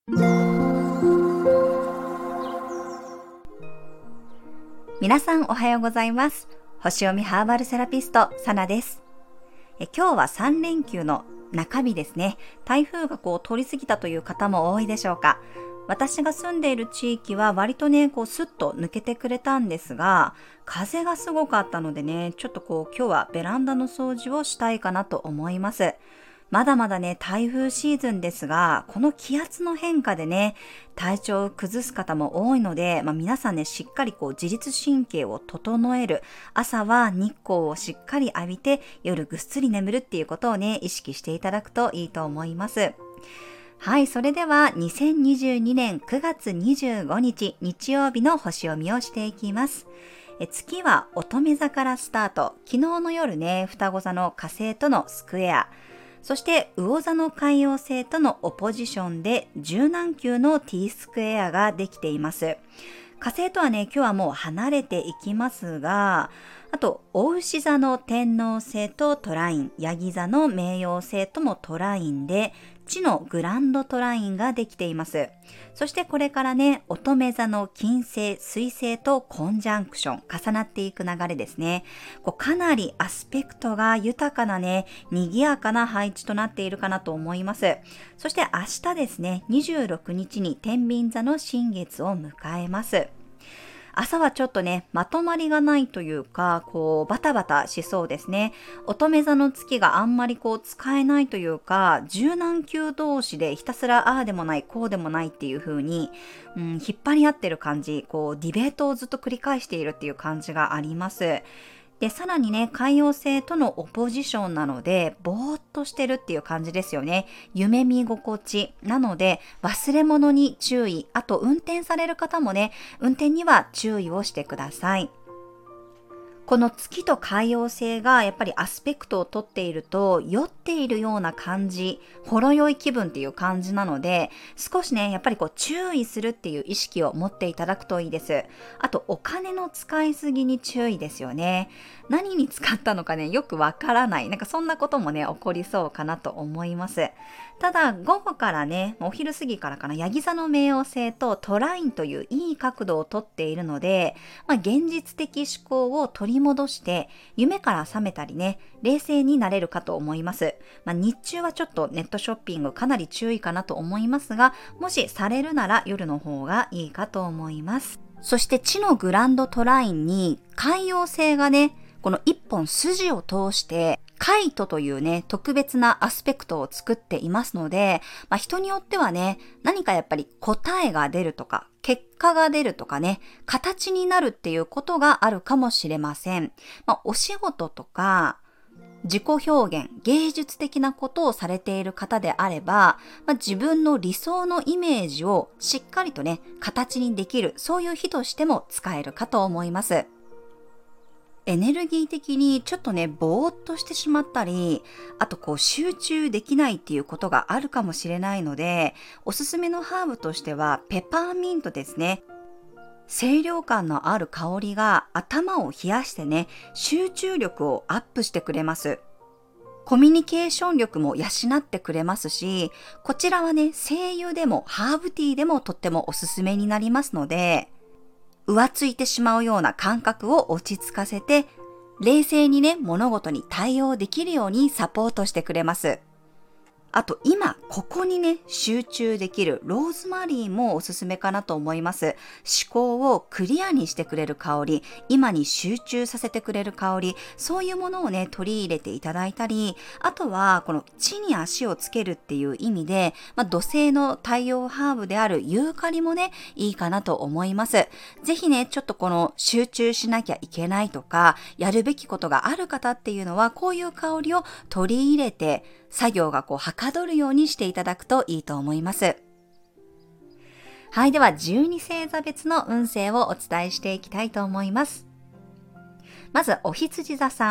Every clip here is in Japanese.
皆さんおはようございます。星読みハーバルセラピストサナです。今日は3連休の中日ですね。台風が通り過ぎたという方も多いでしょうか。私が住んでいる地域は割とねスッと抜けてくれたんですが、風がすごかったのでね、ちょっと今日はベランダの掃除をしたいかなと思います。まだまだね台風シーズンですが、この気圧の変化でね体調を崩す方も多いので、皆さんねしっかり自律神経を整える、朝は日光をしっかり浴びて夜ぐっすり眠るっていうことをね意識していただくといいと思います。はい、それでは2022年9月25日日曜日の星読みをしていきます。月は乙女座からスタート。昨日の夜ね双子座の火星とのスクエア、そして魚座の海王星とのオポジションで10何級の T スクエアができています。火星とはね今日はもう離れていきますが、あと牡牛座の天王星とトライン、ヤギ座の冥王星ともトラインで地のグランドトラインができています。そしてこれからね乙女座の金星、水星とコンジャンクション重なっていく流れですね。かなりアスペクトが豊かなね賑やかな配置となっているかなと思います。そして明日ですね26日に天秤座の新月を迎えます。朝はちょっとねまとまりがないというかバタバタしそうですね。乙女座の月があんまり使えないというか、柔軟球同士でひたすらああでもないこうでもないっていう風に、引っ張り合ってる感じ、ディベートをずっと繰り返しているっていう感じがあります。で、さらにね、海王星とのオポジションなので、ぼーっとしてるっていう感じですよね。夢見心地。なので、忘れ物に注意。あと、運転される方もね、運転には注意をしてください。この月と海王星がやっぱりアスペクトをとっていると酔っているような感じ、ほろ酔い気分っていう感じなので、少しねやっぱり注意するっていう意識を持っていただくといいです。あとお金の使いすぎに注意ですよね。何に使ったのかねよくわからない、そんなこともね起こりそうかなと思います。ただ午後からねお昼過ぎからかな、ヤギ座の冥王星とトラインといういい角度をとっているので、現実的思考を取り戻して夢から覚めたりね冷静になれるかと思います。日中はちょっとネットショッピングかなり注意かなと思いますが、もしされるなら夜の方がいいかと思います。そして地のグランドトラインに海王星がねこの一本筋を通してカイトというね特別なアスペクトを作っていますので、人によってはね何かやっぱり答えが出るとか結果が出るとかね形になるっていうことがあるかもしれません。お仕事とか自己表現、芸術的なことをされている方であれば、自分の理想のイメージをしっかりとね形にできる、そういう日としても使えるかと思います。エネルギー的にちょっとねぼーっとしてしまったり、あと集中できないっていうことがあるかもしれないので、おすすめのハーブとしてはペパーミントですね。清涼感のある香りが頭を冷やしてね集中力をアップしてくれます。コミュニケーション力も養ってくれますし、こちらはね精油でもハーブティーでもとってもおすすめになりますので、浮ついてしまうような感覚を落ち着かせて、冷静にね、物事に対応できるようにサポートしてくれます。あと今ここにね集中できるローズマリーもおすすめかなと思います。思考をクリアにしてくれる香り、今に集中させてくれる香り、そういうものをね取り入れていただいたり、あとはこの地に足をつけるっていう意味で、土星の太陽ハーブであるユーカリもねいいかなと思います。ぜひねちょっとこの集中しなきゃいけないとかやるべきことがある方っていうのは、こういう香りを取り入れて作業がはかどるようにしていただくといいと思います。はい、では12星座別の運勢をお伝えしていきたいと思います。まずお羊座さん、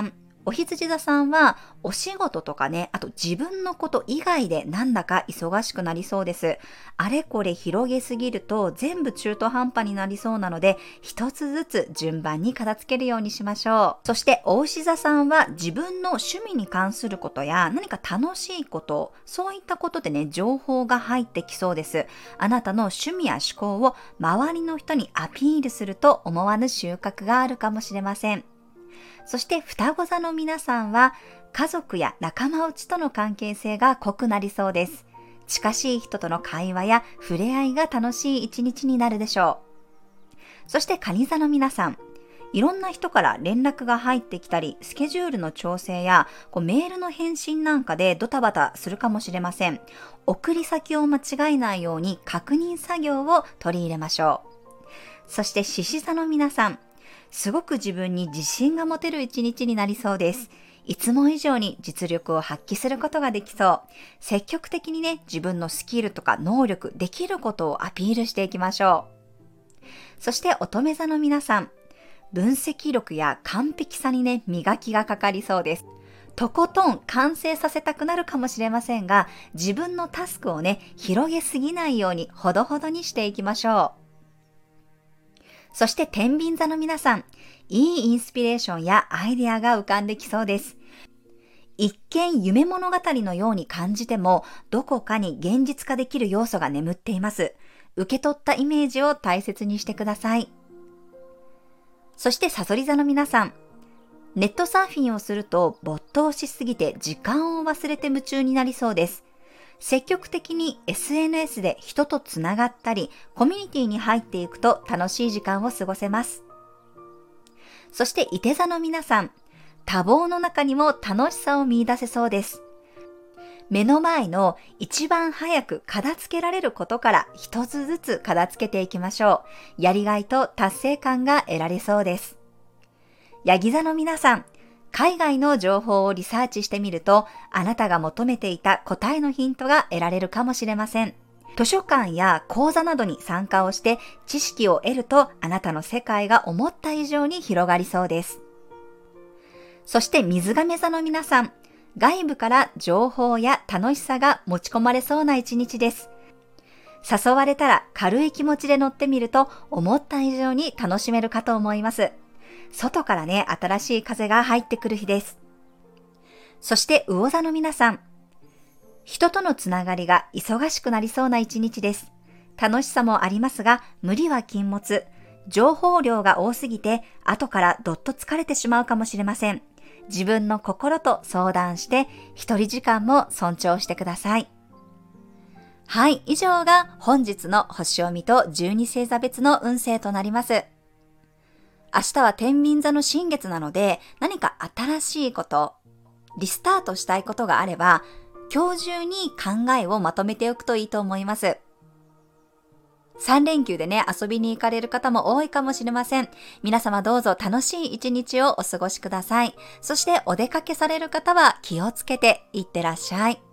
お羊座さんはお仕事とかね、あと自分のこと以外でなんだか忙しくなりそうです。あれこれ広げすぎると全部中途半端になりそうなので、一つずつ順番に片付けるようにしましょう。そしてお牛座さんは自分の趣味に関することや何か楽しいこと、そういったことでね、情報が入ってきそうです。あなたの趣味や思考を周りの人にアピールすると思わぬ収穫があるかもしれません。そして双子座の皆さんは家族や仲間内との関係性が濃くなりそうです。近しい人との会話や触れ合いが楽しい一日になるでしょう。そして蟹座の皆さん、いろんな人から連絡が入ってきたり、スケジュールの調整やメールの返信なんかでドタバタするかもしれません。送り先を間違えないように確認作業を取り入れましょう。そして獅子座の皆さん、すごく自分に自信が持てる一日になりそうです。いつも以上に実力を発揮することができそう。積極的にね、自分のスキルとか能力、できることをアピールしていきましょう。そして乙女座の皆さん、分析力や完璧さにね、磨きがかかりそうです。とことん完成させたくなるかもしれませんが、自分のタスクをね、広げすぎないようにほどほどにしていきましょう。そして天秤座の皆さん、いいインスピレーションやアイデアが浮かんできそうです。一見夢物語のように感じても、どこかに現実化できる要素が眠っています。受け取ったイメージを大切にしてください。そして蠍座の皆さん、ネットサーフィンをすると没頭しすぎて時間を忘れて夢中になりそうです。積極的に SNS で人とつながったり、コミュニティに入っていくと楽しい時間を過ごせます。そして射手座の皆さん、多忙の中にも楽しさを見出せそうです。目の前の一番早く片付けられることから一つずつ片付けていきましょう。やりがいと達成感が得られそうです。ヤギ座の皆さん、海外の情報をリサーチしてみると、あなたが求めていた答えのヒントが得られるかもしれません。図書館や講座などに参加をして知識を得ると、あなたの世界が思った以上に広がりそうです。そして水亀座の皆さん、外部から情報や楽しさが持ち込まれそうな一日です。誘われたら軽い気持ちで乗ってみると、思った以上に楽しめるかと思います。外からね、新しい風が入ってくる日です。そして魚座の皆さん、人とのつながりが忙しくなりそうな一日です。楽しさもありますが、無理は禁物。情報量が多すぎて、後からどっと疲れてしまうかもしれません。自分の心と相談して、一人時間も尊重してください。はい、以上が本日の星読みと12星座別の運勢となります。明日は天秤座の新月なので、何か新しいこと、リスタートしたいことがあれば、今日中に考えをまとめておくといいと思います。3連休でね、遊びに行かれる方も多いかもしれません。皆様どうぞ楽しい一日をお過ごしください。そしてお出かけされる方は気をつけていってらっしゃい。